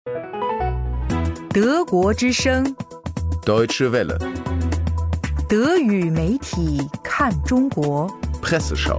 德国之声 Deutsche Welle 德语媒体看中国 Presseschau。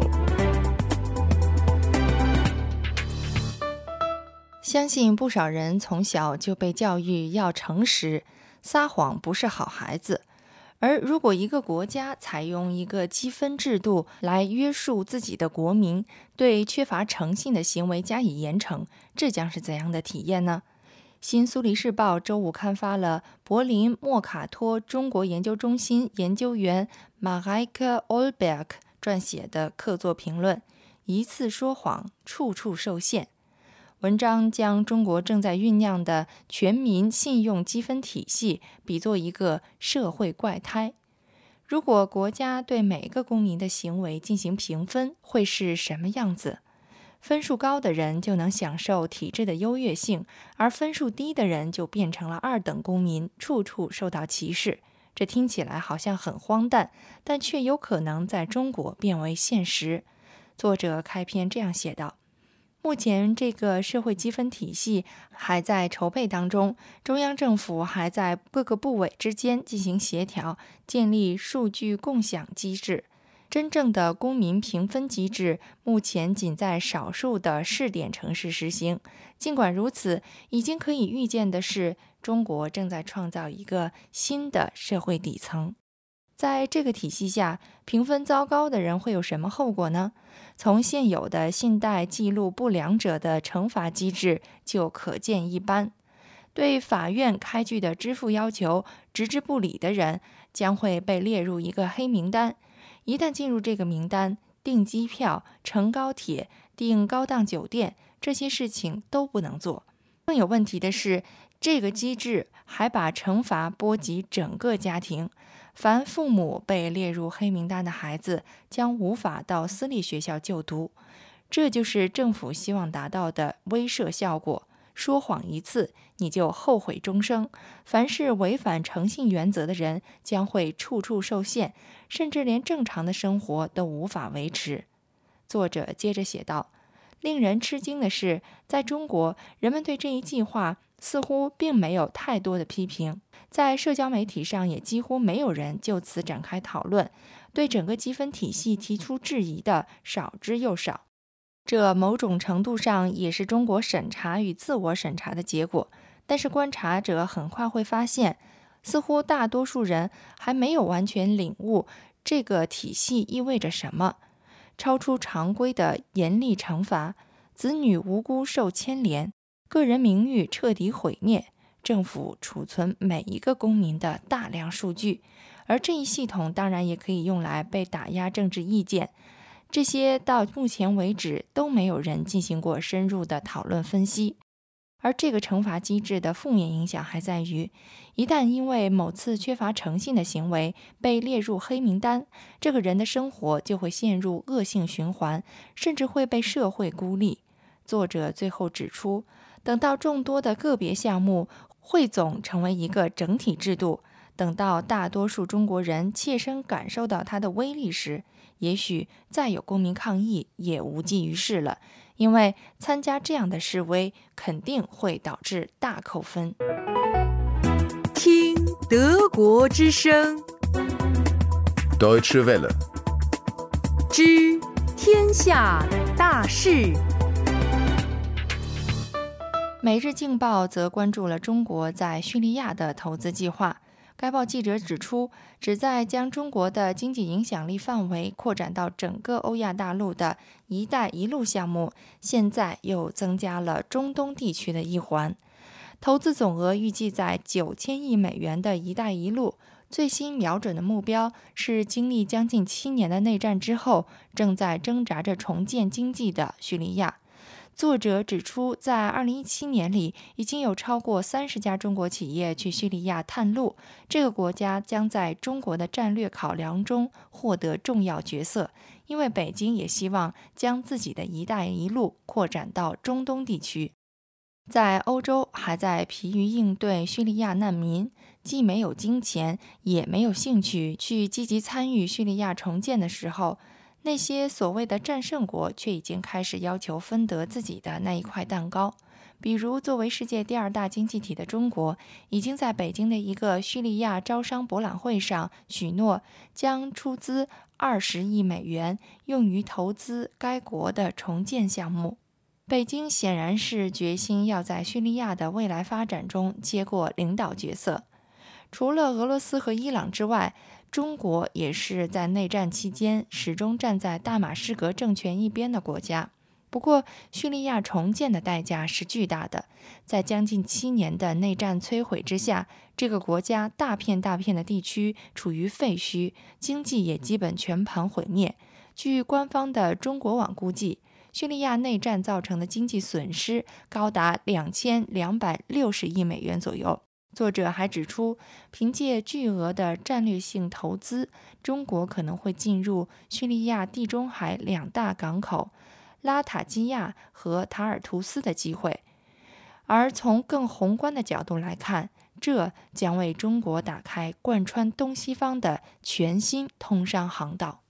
相信不少人从小就被教育要诚实，撒谎不是好孩子。而如果一个国家采用一个积分制度来约束自己的国民，对缺乏诚信的行为加以严惩，这将是怎样的体验呢？新苏黎世报周五刊发了柏林莫卡托中国研究中心研究员 Mareike Olberg 撰写的客座评论，一次说谎，处处受限。文章将中国正在酝酿的全民信用积分体系比作一个社会怪胎。如果国家对每个公民的行为进行评分，会是什么样子？分数高的人就能享受体制的优越性，而分数低的人就变成了二等公民，处处受到歧视。这听起来好像很荒诞，但却有可能在中国变为现实。作者开篇这样写道：目前这个社会积分体系还在筹备当中，中央政府还在各个部委之间进行协调，建立数据共享机制。真正的公民评分机制目前仅在少数的试点城市实行。尽管如此，已经可以预见的是，中国正在创造一个新的社会底层。在这个体系下，评分糟糕的人会有什么后果呢？从现有的信贷记录不良者的惩罚机制就可见一斑。对法院开具的支付要求置之不理的人将会被列入一个黑名单。一旦进入这个名单，订机票、乘高铁、订高档酒店，这些事情都不能做。更有问题的是，这个机制还把惩罚波及整个家庭。凡父母被列入黑名单的孩子将无法到私立学校就读。这就是政府希望达到的威慑效果。说谎一次，你就后悔终生。凡是违反诚信原则的人将会处处受限，甚至连正常的生活都无法维持。作者接着写道：令人吃惊的是，在中国，人们对这一计划似乎并没有太多的批评，在社交媒体上也几乎没有人就此展开讨论，对整个积分体系提出质疑的少之又少。这某种程度上也是中国审查与自我审查的结果，但是观察者很快会发现，似乎大多数人还没有完全领悟这个体系意味着什么。超出常规的严厉惩罚，子女无辜受牵连，个人名誉彻底毁灭，政府储存每一个公民的大量数据，而这一系统当然也可以用来被打压政治意见。这些到目前为止都没有人进行过深入的讨论分析。而这个惩罚机制的负面影响还在于，一旦因为某次缺乏诚信的行为被列入黑名单，这个人的生活就会陷入恶性循环，甚至会被社会孤立。作者最后指出，等到众多的个别项目汇总成为一个整体制度，等到大多数中国人切身感受到它的威力时，也许再有公民抗议也无济于事了，因为参加这样的示威肯定会导致大扣分。 听德国之声 Deutsche Welle 知天下大事。 每日镜报则关注了中国在叙利亚的投资计划。该报记者指出，旨在将中国的经济影响力范围扩展到整个欧亚大陆的一带一路项目，现在又增加了中东地区的一环。投资总额预计在9000亿美元的一带一路，最新瞄准的目标是经历将近7年的内战之后，正在挣扎着重建经济的叙利亚。作者指出，在2017年里，已经有超过30家中国企业去叙利亚探路，这个国家将在中国的战略考量中获得重要角色，因为北京也希望将自己的一带一路扩展到中东地区。在欧洲还在疲于应对叙利亚难民，既没有金钱，也没有兴趣去积极参与叙利亚重建的时候，那些所谓的战胜国却已经开始要求分得自己的那一块蛋糕。 比如，作为世界第2大经济体的中国，已经在北京的一个叙利亚招商博览会上许诺将出资20亿美元用于投资该国的重建项目。北京显然是决心要在叙利亚的未来发展中接过领导角色。除了俄罗斯和伊朗之外，中国也是在内战期间始终站在大马士革政权一边的国家。不过，叙利亚重建的代价是巨大的，在将近7年的内战摧毁之下，这个国家大片大片的地区处于废墟，经济也基本全盘毁灭。据官方的中国网估计，叙利亚内战造成的经济损失高达2260亿美元左右。作者还指出，凭借巨额的战略性投资，中国可能会进入叙利亚地中海2大港口拉塔基亚和塔尔图斯的机会。而从更宏观的角度来看，这将为中国打开贯穿东西方的全新通商航道。